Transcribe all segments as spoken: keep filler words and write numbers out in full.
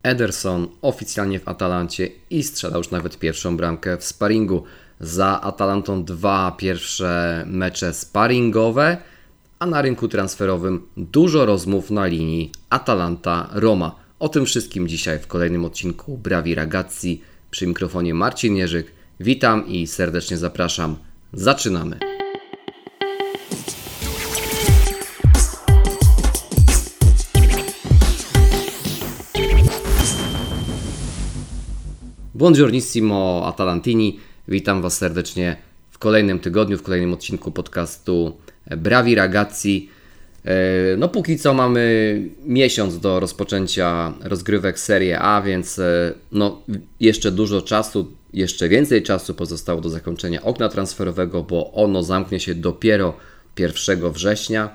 Ederson oficjalnie w Atalancie i strzelał już nawet pierwszą bramkę w sparingu. Za Atalantą dwa pierwsze mecze sparingowe, a na rynku transferowym dużo rozmów na linii Atalanta-Roma. O tym wszystkim dzisiaj w kolejnym odcinku Bravi Ragazzi. Przy mikrofonie Marcin Jerzyk. Witam i serdecznie zapraszam. Zaczynamy! Buongiornissimo Atalantini, witam Was serdecznie w kolejnym tygodniu, w kolejnym odcinku podcastu Bravi Ragazzi. No póki co mamy miesiąc do rozpoczęcia rozgrywek Serie A, więc no jeszcze dużo czasu, jeszcze więcej czasu pozostało do zakończenia okna transferowego, bo ono zamknie się dopiero pierwszego września.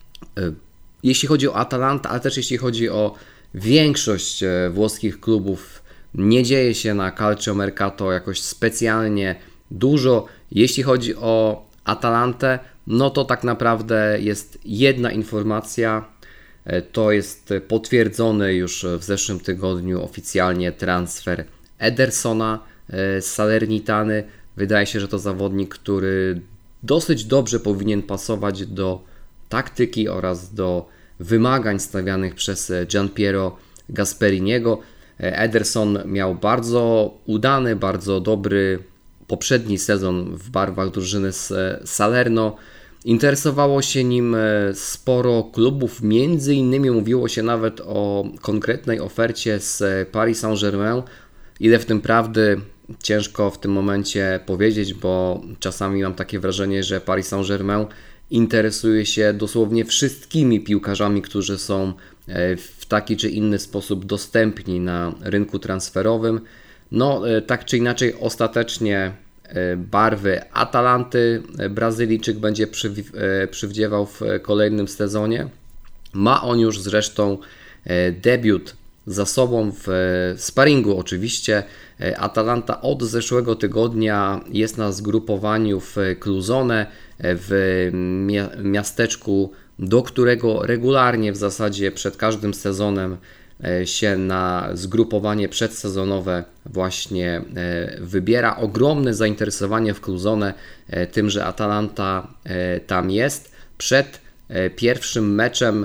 Jeśli chodzi o Atalantę, ale też jeśli chodzi o większość włoskich klubów, nie dzieje się na Calciomercato jakoś specjalnie dużo. Jeśli chodzi o Atalantę, no to tak naprawdę jest jedna informacja. To jest potwierdzony już w zeszłym tygodniu oficjalnie transfer Edersona z Salernitany. Wydaje się, że to zawodnik, który dosyć dobrze powinien pasować do taktyki oraz do wymagań stawianych przez Gianpiero Gasperiniego. Ederson miał bardzo udany, bardzo dobry poprzedni sezon w barwach drużyny z Salerno. Interesowało się nim sporo klubów, między innymi mówiło się nawet o konkretnej ofercie z Paris Saint-Germain. Ile w tym prawdy, ciężko w tym momencie powiedzieć, bo czasami mam takie wrażenie, że Paris Saint-Germain interesuje się dosłownie wszystkimi piłkarzami, którzy są w taki czy inny sposób dostępni na rynku transferowym. No tak czy inaczej ostatecznie barwy Atalanty Brazylijczyk będzie przywdziewał w kolejnym sezonie. Ma on już zresztą debiut za sobą w sparingu oczywiście. Atalanta od zeszłego tygodnia jest na zgrupowaniu w Cluzone, w miasteczku, do którego regularnie w zasadzie przed każdym sezonem się na zgrupowanie przedsezonowe właśnie wybiera. Ogromne zainteresowanie w Cluzone tym, że Atalanta tam jest. Przed pierwszym meczem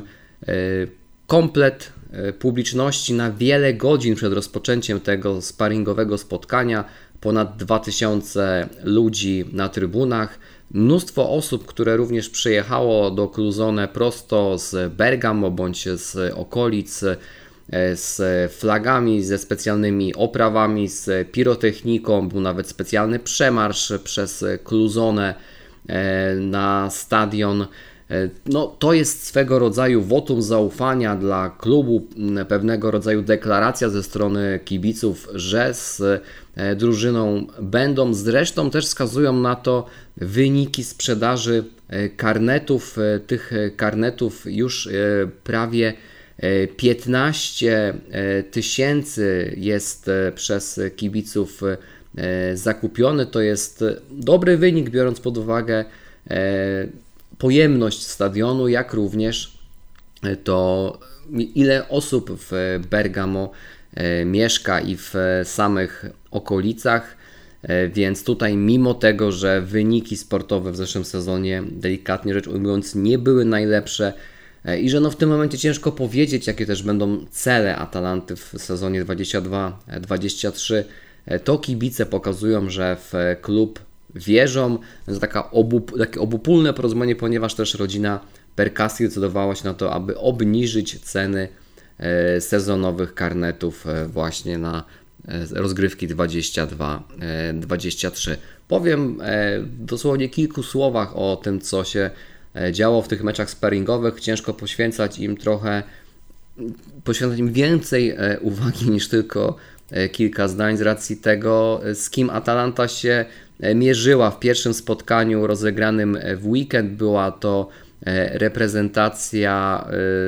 komplet publiczności na wiele godzin przed rozpoczęciem tego sparingowego spotkania. Ponad dwa tysiące ludzi na trybunach. Mnóstwo osób, które również przyjechało do Cluzone prosto z Bergamo bądź z okolic, z flagami, ze specjalnymi oprawami, z pirotechniką. Był nawet specjalny przemarsz przez Cluzone na stadion. No, to jest swego rodzaju wotum zaufania dla klubu, pewnego rodzaju deklaracja ze strony kibiców, że z drużyną będą. Zresztą też wskazują na to wyniki sprzedaży karnetów. Tych karnetów już prawie piętnaście tysięcy jest przez kibiców zakupiony. To jest dobry wynik, biorąc pod uwagę pojemność stadionu, jak również to ile osób w Bergamo mieszka i w samych okolicach, więc tutaj mimo tego, że wyniki sportowe w zeszłym sezonie, delikatnie rzecz ujmując, nie były najlepsze i że no w tym momencie ciężko powiedzieć, jakie też będą cele Atalanty w sezonie dwudziestym drugim dwudziestym trzecim, to kibice pokazują, że w klub wierzą. To taka obup, takie obopólne porozumienie, ponieważ też rodzina Percassi decydowała się na to, aby obniżyć ceny sezonowych karnetów właśnie na rozgrywki dwudziesty drugi dwudziesty trzeci. Powiem w dosłownie kilku słowach o tym, co się działo w tych meczach sparingowych. Ciężko poświęcać im trochę, poświęcać im więcej uwagi niż tylko kilka zdań z racji tego, z kim Atalanta się mierzyła w pierwszym spotkaniu rozegranym w weekend. Była to reprezentacja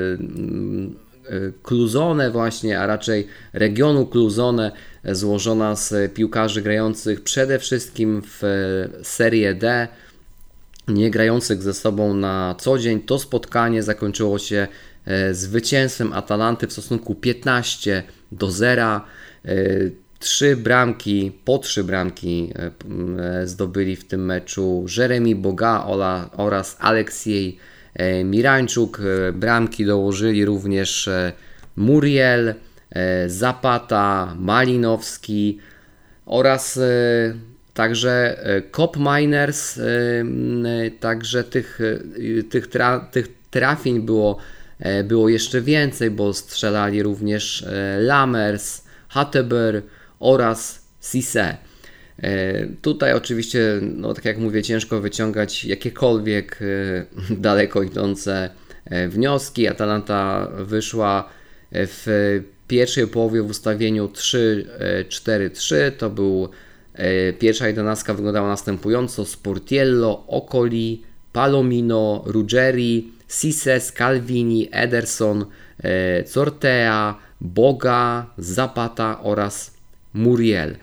Cluzone właśnie, a raczej regionu Cluzone, złożona z piłkarzy grających przede wszystkim w Serie D. nie grających ze sobą na co dzień. To spotkanie zakończyło się zwycięstwem Atalanty w stosunku piętnaście do zera. Trzy bramki, po trzy bramki zdobyli w tym meczu Jeremy Boga oraz Aleksiej Mirańczuk. Bramki dołożyli również Muriel, Zapata, Malinowski oraz także Cop Miners. Także tych, tych, tra, tych trafień było, było jeszcze więcej, bo strzelali również Lammers, Hatteber oraz Cisse. Tutaj oczywiście, no tak jak mówię, ciężko wyciągać jakiekolwiek daleko idące wnioski. Atalanta wyszła w pierwszej połowie w ustawieniu trzy cztery trzy. To był pierwsza jedenastka, wyglądała następująco: Sportiello, Okoli, Palomino, Ruggeri, Cisse, Scalvini, Ederson, Cortea, Boga, Zapata oraz Muriel.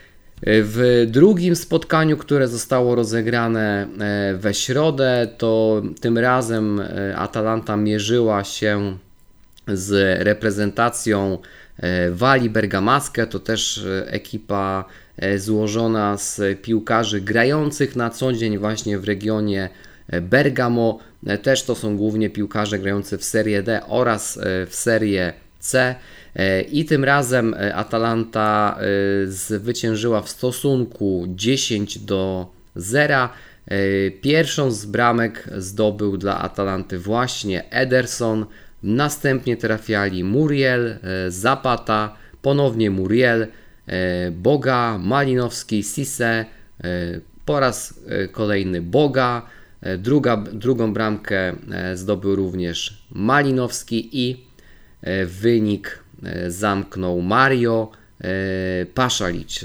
W drugim spotkaniu, które zostało rozegrane we środę, to tym razem Atalanta mierzyła się z reprezentacją Walii Bergamaskę. To też ekipa złożona z piłkarzy grających na co dzień właśnie w regionie Bergamo. Też to są głównie piłkarze grający w Serie D oraz w Serie C. I tym razem Atalanta zwyciężyła w stosunku dziesięć do zera. Pierwszą z bramek zdobył dla Atalanty właśnie Ederson. Następnie trafiali Muriel, Zapata, ponownie Muriel, Boga, Malinowski, Cisse, po raz kolejny Boga. Druga, drugą bramkę zdobył również Malinowski i wynik zamknął Mario Pasalic.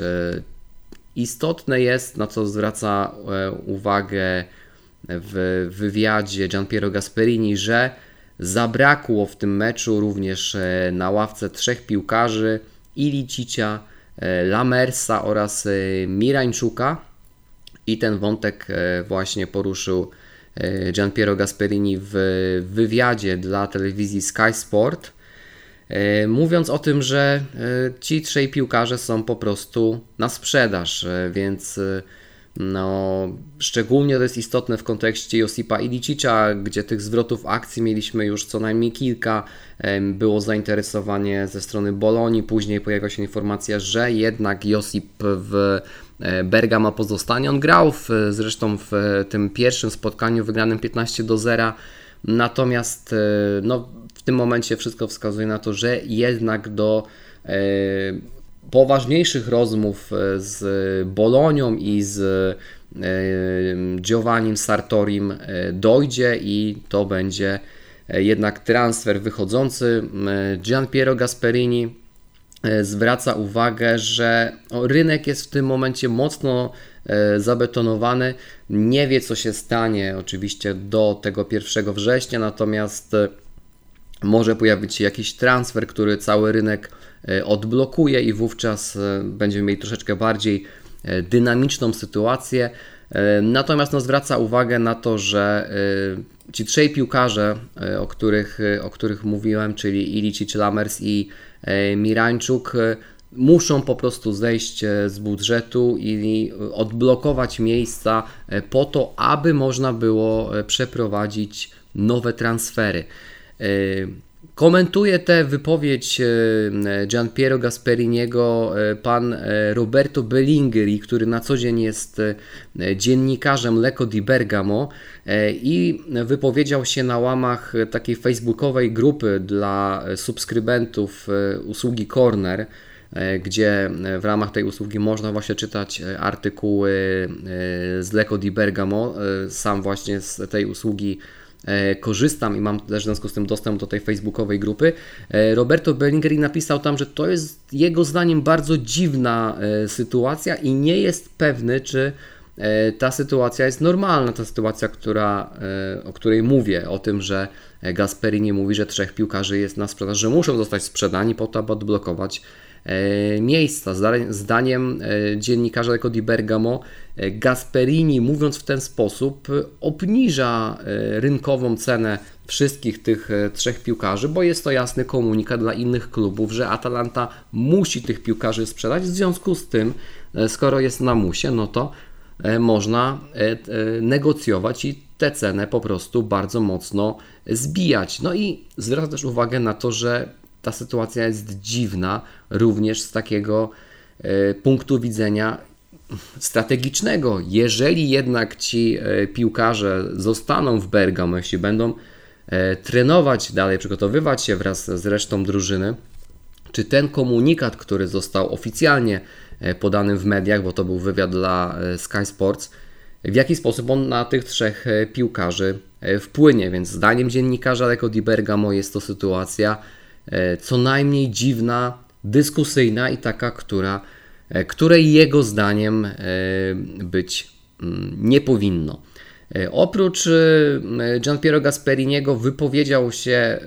Istotne jest, na co zwraca uwagę w wywiadzie Gianpiero Gasperini, że zabrakło w tym meczu również na ławce trzech piłkarzy: Ilicicia, Lammersa oraz Mirańczuka. I ten wątek właśnie poruszył Gianpiero Gasperini w wywiadzie dla telewizji Sky Sport, mówiąc o tym, że ci trzej piłkarze są po prostu na sprzedaż, więc no, szczególnie to jest istotne w kontekście Josipa Ilicicia, gdzie tych zwrotów akcji mieliśmy już co najmniej kilka. Było zainteresowanie ze strony Bolonii, później pojawiła się informacja, że jednak Josip w Bergamo pozostanie. On grał w, zresztą w tym pierwszym spotkaniu wygranym piętnaście do zera, natomiast no, w tym momencie wszystko wskazuje na to, że jednak do e, poważniejszych rozmów z Bolonią i z e, Giovannim Sartorim dojdzie i to będzie jednak transfer wychodzący. Gianpiero Gasperini zwraca uwagę, że rynek jest w tym momencie mocno zabetonowany. Nie wie, co się stanie oczywiście do tego pierwszego września, natomiast może pojawić się jakiś transfer, który cały rynek odblokuje i wówczas będziemy mieli troszeczkę bardziej dynamiczną sytuację. Natomiast no, zwraca uwagę na to, że ci trzej piłkarze, o których, o których mówiłem, czyli Ilicic, Lammers i Mirańczuk, muszą po prostu zejść z budżetu i odblokować miejsca po to, aby można było przeprowadzić nowe transfery. Komentuje tę wypowiedź Gianpiero Gasperiniego pan Roberto Bellingeri, który na co dzień jest dziennikarzem Lecco di Bergamo i wypowiedział się na łamach takiej facebookowej grupy dla subskrybentów usługi Corner, gdzie w ramach tej usługi można właśnie czytać artykuły z Lecco di Bergamo. Sam właśnie z tej usługi korzystam i mam też w związku z tym dostęp do tej facebookowej grupy. Roberto Bellingeri napisał tam, że to jest jego zdaniem bardzo dziwna sytuacja i nie jest pewny, czy ta sytuacja jest normalna, ta sytuacja, która, o której mówię, o tym, że Gasperini mówi, że trzech piłkarzy jest na sprzedaż, że muszą zostać sprzedani po to, aby odblokować miejsca. Zdaniem dziennikarza Eco di Bergamo Gasperini, mówiąc w ten sposób, obniża rynkową cenę wszystkich tych trzech piłkarzy, bo jest to jasny komunikat dla innych klubów, że Atalanta musi tych piłkarzy sprzedać. W związku z tym, skoro jest na musie, no to można negocjować i tę cenę po prostu bardzo mocno zbijać. No i zwraca też uwagę na to, że ta sytuacja jest dziwna również z takiego punktu widzenia strategicznego. Jeżeli jednak ci piłkarze zostaną w Bergamo, jeśli będą trenować dalej, przygotowywać się wraz z resztą drużyny, czy ten komunikat, który został oficjalnie podany w mediach, bo to był wywiad dla Sky Sports, w jaki sposób on na tych trzech piłkarzy wpłynie. Więc zdaniem dziennikarza Eco di Bergamo jest to sytuacja co najmniej dziwna, dyskusyjna i taka, która, której jego zdaniem być nie powinno. Oprócz Gianpiero Gasperiniego wypowiedział się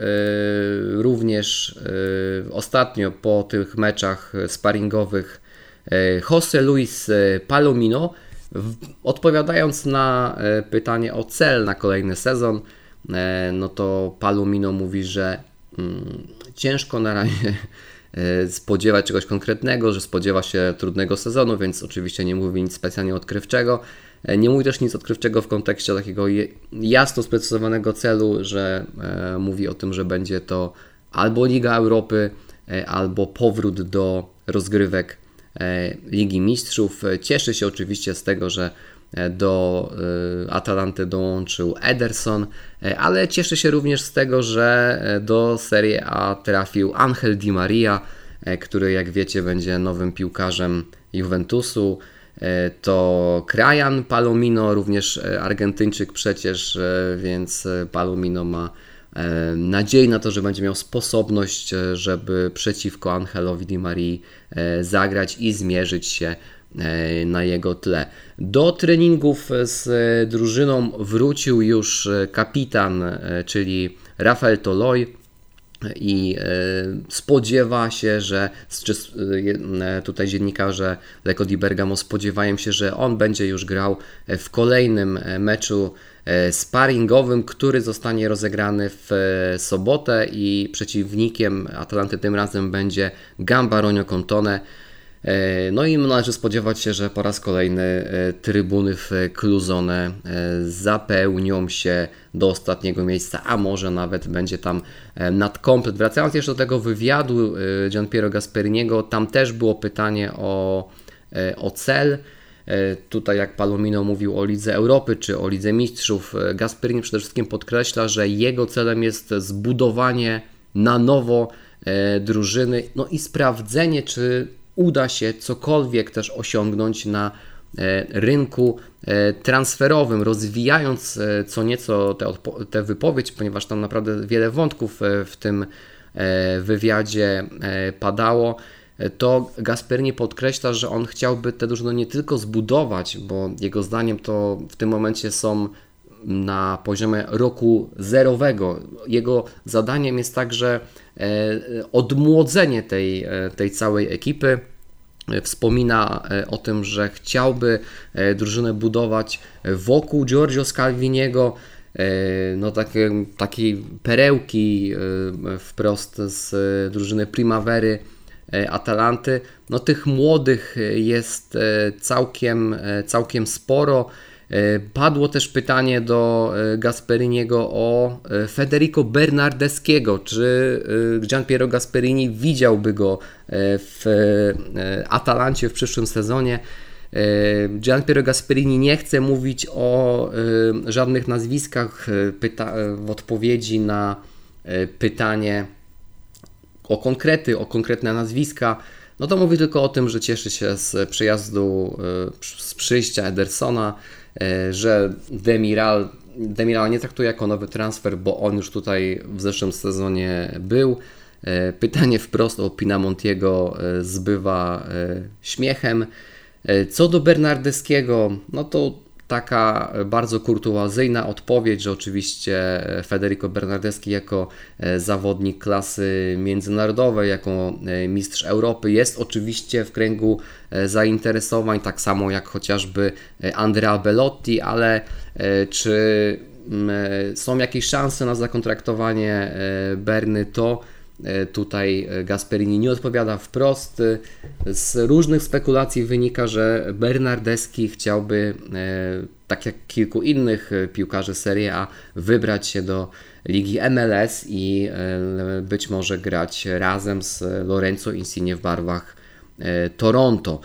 również ostatnio po tych meczach sparingowych José Luis Palomino, odpowiadając na pytanie o cel na kolejny sezon. No to Palomino mówi, że ciężko na razie spodziewać czegoś konkretnego, że spodziewa się trudnego sezonu, więc oczywiście nie mówi nic specjalnie odkrywczego. Nie mówi też nic odkrywczego w kontekście takiego jasno sprecyzowanego celu, że mówi o tym, że będzie to albo Liga Europy, albo powrót do rozgrywek Ligi Mistrzów. Cieszy się oczywiście z tego, że do Atalanty dołączył Ederson, ale cieszy się również z tego, że do Serie A trafił Angel Di Maria, który, jak wiecie, będzie nowym piłkarzem Juventusu. To krajan Palomino, również Argentyńczyk przecież, więc Palomino ma nadzieję na to, że będzie miał sposobność, żeby przeciwko Angelowi Di Marii zagrać i zmierzyć się na jego tle. Do treningów z drużyną wrócił już kapitan, czyli Rafael Toloi, i spodziewa się, że czy tutaj dziennikarze Eco di Bergamo spodziewają się, że on będzie już grał w kolejnym meczu sparingowym, który zostanie rozegrany w sobotę i przeciwnikiem Atalanty tym razem będzie Gambarogno Crotone. No i należy spodziewać się, że po raz kolejny trybuny w Cluzone zapełnią się do ostatniego miejsca, a może nawet będzie tam nadkomplet. Wracając jeszcze do tego wywiadu Gianpiero Gasperiniego, tam też było pytanie o, o cel. Tutaj jak Palomino mówił o Lidze Europy czy o Lidze Mistrzów, Gasperini przede wszystkim podkreśla, że jego celem jest zbudowanie na nowo drużyny, no i sprawdzenie, czy uda się cokolwiek też osiągnąć na rynku transferowym, rozwijając co nieco tę te wypowiedź, ponieważ tam naprawdę wiele wątków w tym wywiadzie padało. To Gasperini podkreśla, że on chciałby tę drużynę nie tylko zbudować, bo jego zdaniem to w tym momencie są na poziomie roku zerowego. Jego zadaniem jest także odmłodzenie tej, tej całej ekipy. Wspomina o tym, że chciałby drużynę budować wokół Giorgio Scalviniego, no takie, takiej perełki wprost z drużyny Primavery Atalanty. No tych młodych jest całkiem, całkiem sporo. Padło też pytanie do Gasperiniego o Federico Bernardeschiego. Czy Gianpiero Gasperini widziałby go w Atalancie w przyszłym sezonie? Gianpiero Gasperini nie chce mówić o żadnych nazwiskach pyta- w odpowiedzi na pytanie o konkrety, o konkretne nazwiska. No to mówi tylko o tym, że cieszy się z przyjazdu, z przyjścia Edersona, że Demiral, Demiral nie traktuje jako nowy transfer, bo on już tutaj w zeszłym sezonie był. Pytanie wprost o Pinamontiego zbywa śmiechem. Co do Bernardeschiego, no to taka bardzo kurtuazyjna odpowiedź, że oczywiście Federico Bernardeschi jako zawodnik klasy międzynarodowej, jako mistrz Europy jest oczywiście w kręgu zainteresowań, tak samo jak chociażby Andrea Belotti, ale czy są jakieś szanse na zakontraktowanie Berny, to tutaj Gasperini nie odpowiada wprost. Z różnych spekulacji wynika, że Bernardeschi chciałby, tak jak kilku innych piłkarzy Serie A, wybrać się do Ligi M L S i być może grać razem z Lorenzo Insigne w barwach Toronto.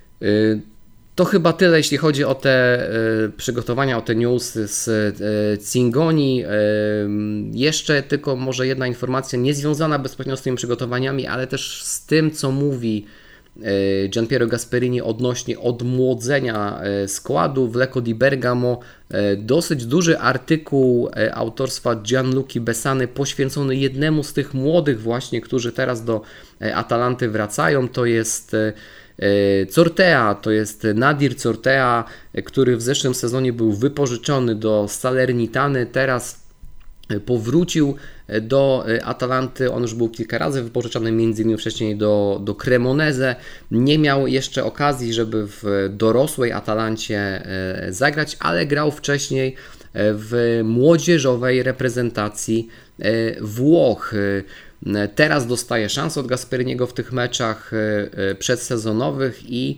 To chyba tyle, jeśli chodzi o te y, przygotowania, o te newsy z y, Cingoni. Y, jeszcze tylko może jedna informacja niezwiązana bezpośrednio z tymi przygotowaniami, ale też z tym, co mówi y, Gianpiero Gasperini odnośnie odmłodzenia y, składu w Lecco di Bergamo. Y, dosyć duży artykuł y, autorstwa Gianluigi Bessany poświęcony jednemu z tych młodych właśnie, którzy teraz do y, Atalanty wracają. To jest y, Cortea, to jest Nadir Cortea, który w zeszłym sezonie był wypożyczony do Salernitany, teraz powrócił do Atalanty. On już był kilka razy wypożyczany, między innymi wcześniej do, do Cremonese. Nie miał jeszcze okazji, żeby w dorosłej Atalancie zagrać, ale grał wcześniej w młodzieżowej reprezentacji Włoch. Teraz dostaje szansę od Gasperiniego w tych meczach przedsezonowych i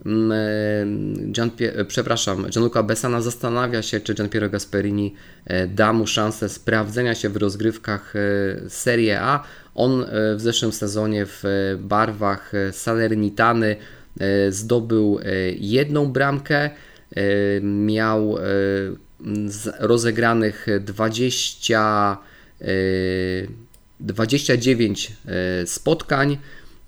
Gian, przepraszam, Gianluca Bessana zastanawia się, czy Gianpiero Gasperini da mu szansę sprawdzenia się w rozgrywkach Serie A. On w zeszłym sezonie w barwach Salernitany zdobył jedną bramkę, miał rozegranych dwadzieścia dwadzieścia dziewięć spotkań.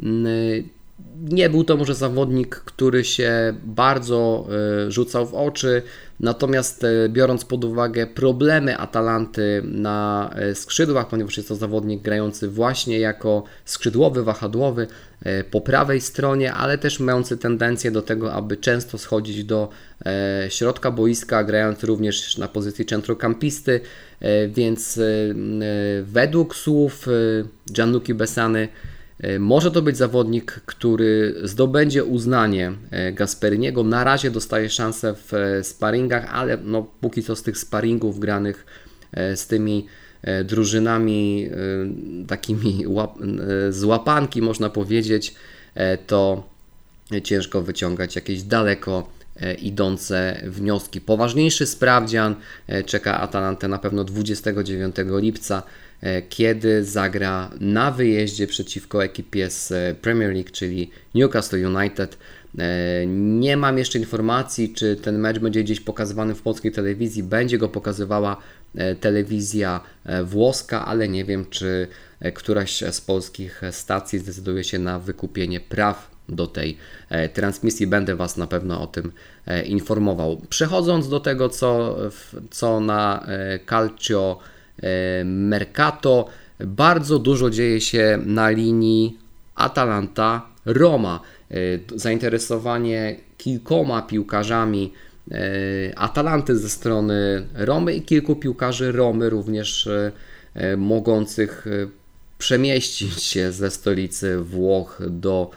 Nie był to może zawodnik, który się bardzo rzucał w oczy, natomiast biorąc pod uwagę problemy Atalanty na skrzydłach, ponieważ jest to zawodnik grający właśnie jako skrzydłowy, wahadłowy po prawej stronie, ale też mający tendencję do tego, aby często schodzić do środka boiska, grając również na pozycji centrocampisty, więc według słów Gianluigi Bessany może to być zawodnik, który zdobędzie uznanie Gasperiniego. Na razie dostaje szansę w sparingach, ale no, póki co z tych sparingów granych z tymi drużynami takimi łap, z łapanki, można powiedzieć, to ciężko wyciągać jakieś daleko idące wnioski. Poważniejszy sprawdzian czeka Atalantę na pewno dwudziestego dziewiątego lipca, kiedy zagra na wyjeździe przeciwko ekipie z Premier League, czyli Newcastle United. Nie mam jeszcze informacji, czy ten mecz będzie gdzieś pokazywany w polskiej telewizji. Będzie go pokazywała telewizja włoska, ale nie wiem, czy któraś z polskich stacji zdecyduje się na wykupienie praw do tej transmisji. Będę Was na pewno o tym informował. Przechodząc do tego, co, co na Calcio Mercato, bardzo dużo dzieje się na linii Atalanta-Roma. Zainteresowanie kilkoma piłkarzami Atalanty ze strony Romy i kilku piłkarzy Romy również mogących przemieścić się ze stolicy Włoch do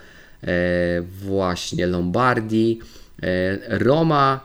właśnie Lombardii. Roma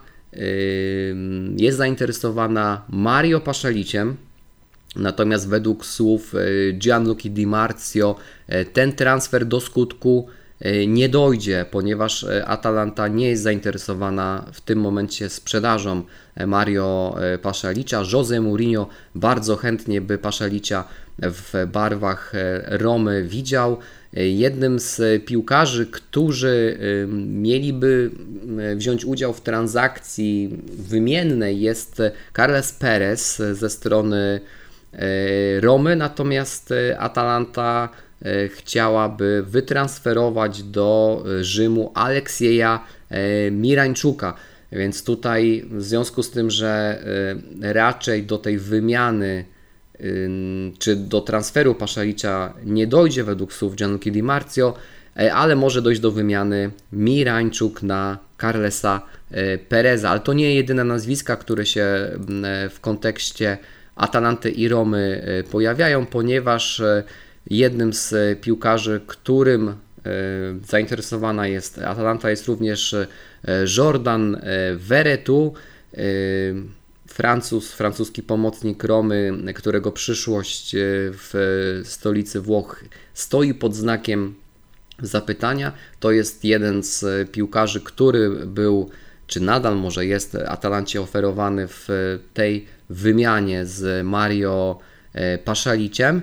jest zainteresowana Mario Paszaliciem, natomiast według słów Gianluigi Di Marzio ten transfer do skutku nie dojdzie, ponieważ Atalanta nie jest zainteresowana w tym momencie sprzedażą Mario Paszalicza. José Mourinho bardzo chętnie by Paszalicia w barwach Romy widział. Jednym z piłkarzy, którzy mieliby wziąć udział w transakcji wymiennej, jest Carles Perez ze strony Romy, natomiast Atalanta chciałaby wytransferować do Rzymu Aleksieja Mirańczuka, więc tutaj w związku z tym, że raczej do tej wymiany czy do transferu Paszalicza nie dojdzie według słów Gianluigi Di Marzio, ale może dojść do wymiany Mirańczuk na Carlesa Pereza, ale to nie jedyne nazwiska, które się w kontekście Atalanty i Romy pojawiają, ponieważ jednym z piłkarzy, którym zainteresowana jest Atalanta, jest również Jordan Veretout, Francuz, francuski pomocnik Romy, którego przyszłość w stolicy Włoch stoi pod znakiem zapytania. To jest jeden z piłkarzy, który był, czy nadal może jest Atalancie oferowany w tej wymianie z Mario Paszaliciem.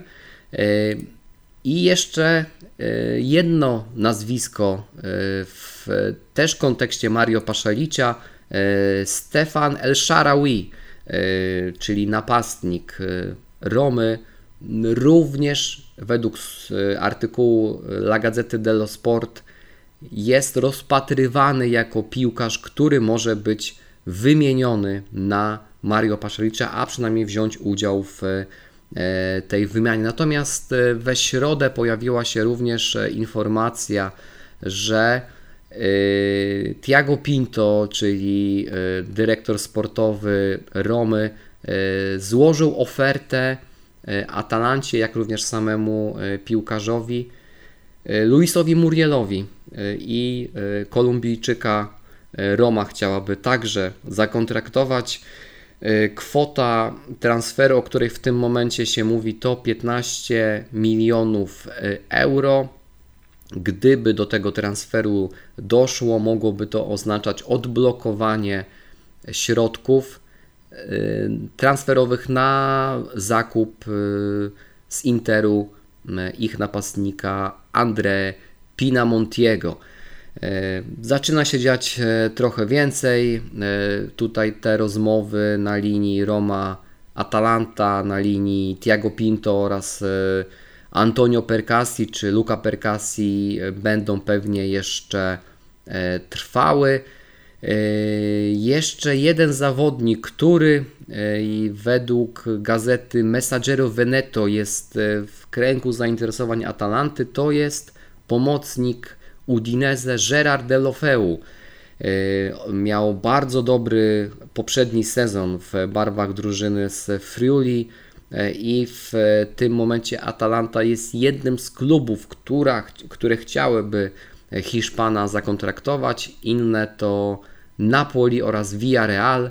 I jeszcze jedno nazwisko w też kontekście Mario Paszalicia, Stefan El Shaarawy, czyli napastnik Romy, również według artykułu La Gazzetta dello Sport jest rozpatrywany jako piłkarz, który może być wymieniony na Mario Paszalicia, a przynajmniej wziąć udział w tej wymianie. Natomiast we środę pojawiła się również informacja, że Thiago Pinto, czyli dyrektor sportowy Romy, złożył ofertę Atalancie, jak również samemu piłkarzowi Luisowi Murielowi, i Kolumbijczyka Roma chciałaby także zakontraktować. Kwota transferu, o której w tym momencie się mówi, to piętnaście milionów euro. Gdyby do tego transferu doszło, mogłoby to oznaczać odblokowanie środków transferowych na zakup z Interu ich napastnika André Pinamontiego. Zaczyna się dziać trochę więcej. Tutaj te rozmowy na linii Roma-Atalanta, na linii Thiago Pinto oraz Antonio Percassi czy Luca Percassi będą pewnie jeszcze trwały. Jeszcze jeden zawodnik, który według gazety Messaggero Veneto jest w kręgu zainteresowań Atalanty, to jest pomocnik Udinese Gérard Deulofeu. Miał bardzo dobry poprzedni sezon w barwach drużyny z Friuli i w tym momencie Atalanta jest jednym z klubów, która, które chciałyby Hiszpana zakontraktować. Inne to Napoli oraz Villarreal.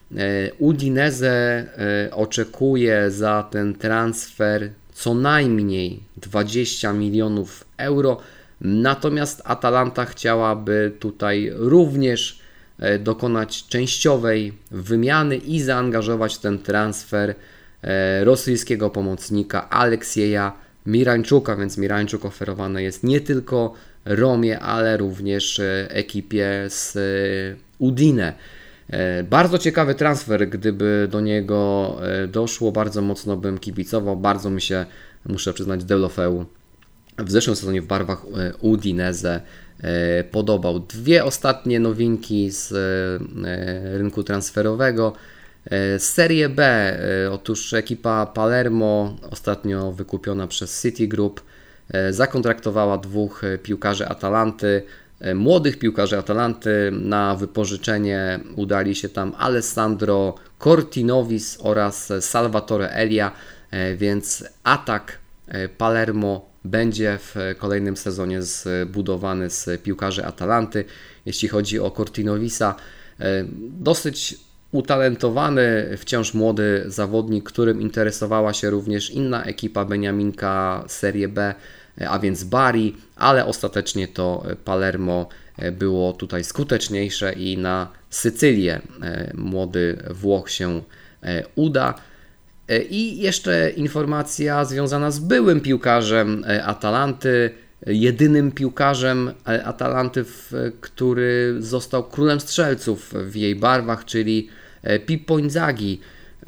Udinese oczekuje za ten transfer co najmniej dwadzieścia milionów euro. Natomiast Atalanta chciałaby tutaj również dokonać częściowej wymiany i zaangażować w ten transfer rosyjskiego pomocnika Aleksieja Mirańczuka, więc Mirańczuk oferowany jest nie tylko Romie, ale również ekipie z Udine. Bardzo ciekawy transfer, gdyby do niego doszło, bardzo mocno bym kibicował, bardzo mi się, muszę przyznać, Deulofeu w zeszłym sezonie w barwach Udinese podobał. Dwie ostatnie nowinki z rynku transferowego. Serie B, otóż ekipa Palermo, ostatnio wykupiona przez City Group, zakontraktowała dwóch piłkarzy Atalanty, młodych piłkarzy Atalanty. Na wypożyczenie udali się tam Alessandro Cortinovis oraz Salvatore Elia, więc atak Palermo będzie w kolejnym sezonie zbudowany z piłkarzy Atalanty. Jeśli chodzi o Cortinovisa, dosyć utalentowany, wciąż młody zawodnik, którym interesowała się również inna ekipa beniaminka Serie B, a więc Bari, ale ostatecznie to Palermo było tutaj skuteczniejsze i na Sycylię młody Włoch się uda. I jeszcze informacja związana z byłym piłkarzem Atalanty, jedynym piłkarzem Atalanty, który został królem strzelców w jej barwach, czyli Pippo Inzaghi.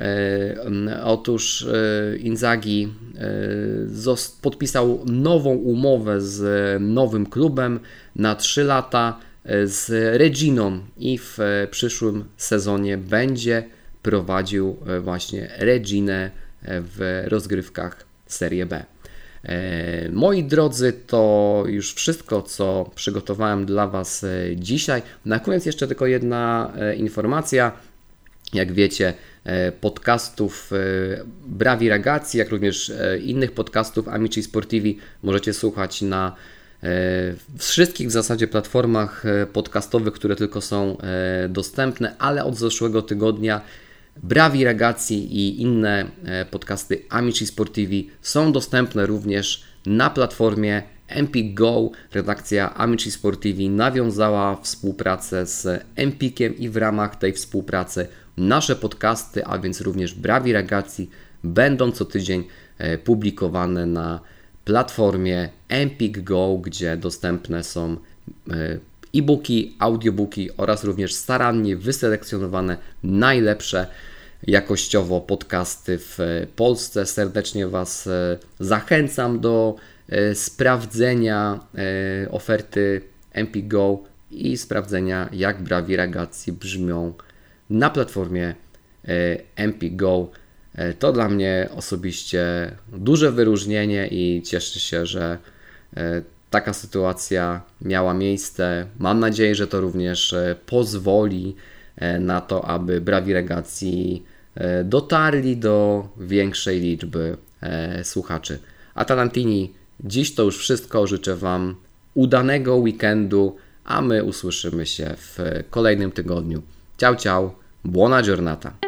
Otóż Inzaghi podpisał nową umowę z nowym klubem na trzy lata z Reginą i w przyszłym sezonie będzie prowadził właśnie Reginę w rozgrywkach Serie B. Moi drodzy, to już wszystko, co przygotowałem dla Was dzisiaj. Na koniec jeszcze tylko jedna informacja. Jak wiecie, podcastów Bravi Ragazzi, jak również innych podcastów Amici Sportivi możecie słuchać na wszystkich w zasadzie platformach podcastowych, które tylko są dostępne, ale od zeszłego tygodnia Bravi Ragazzi i inne podcasty Amici Sportivi są dostępne również na platformie Empik Go. Redakcja Amici Sportivi nawiązała współpracę z Empikiem i w ramach tej współpracy nasze podcasty, a więc również Bravi Ragazzi, będą co tydzień publikowane na platformie Empik Go, gdzie dostępne są e-booki, audiobooki oraz również starannie wyselekcjonowane najlepsze jakościowo podcasty w Polsce. Serdecznie Was zachęcam do sprawdzenia oferty Empik Go i sprawdzenia, jak Bravi Ragazzi brzmią na platformie Empik Go. To dla mnie osobiście duże wyróżnienie i cieszę się, że taka sytuacja miała miejsce. Mam nadzieję, że to również pozwoli na to, aby Bravi Ragazzi dotarli do większej liczby słuchaczy. Atalantini, dziś to już wszystko. Życzę Wam udanego weekendu, a my usłyszymy się w kolejnym tygodniu. Ciao, ciao, buona giornata.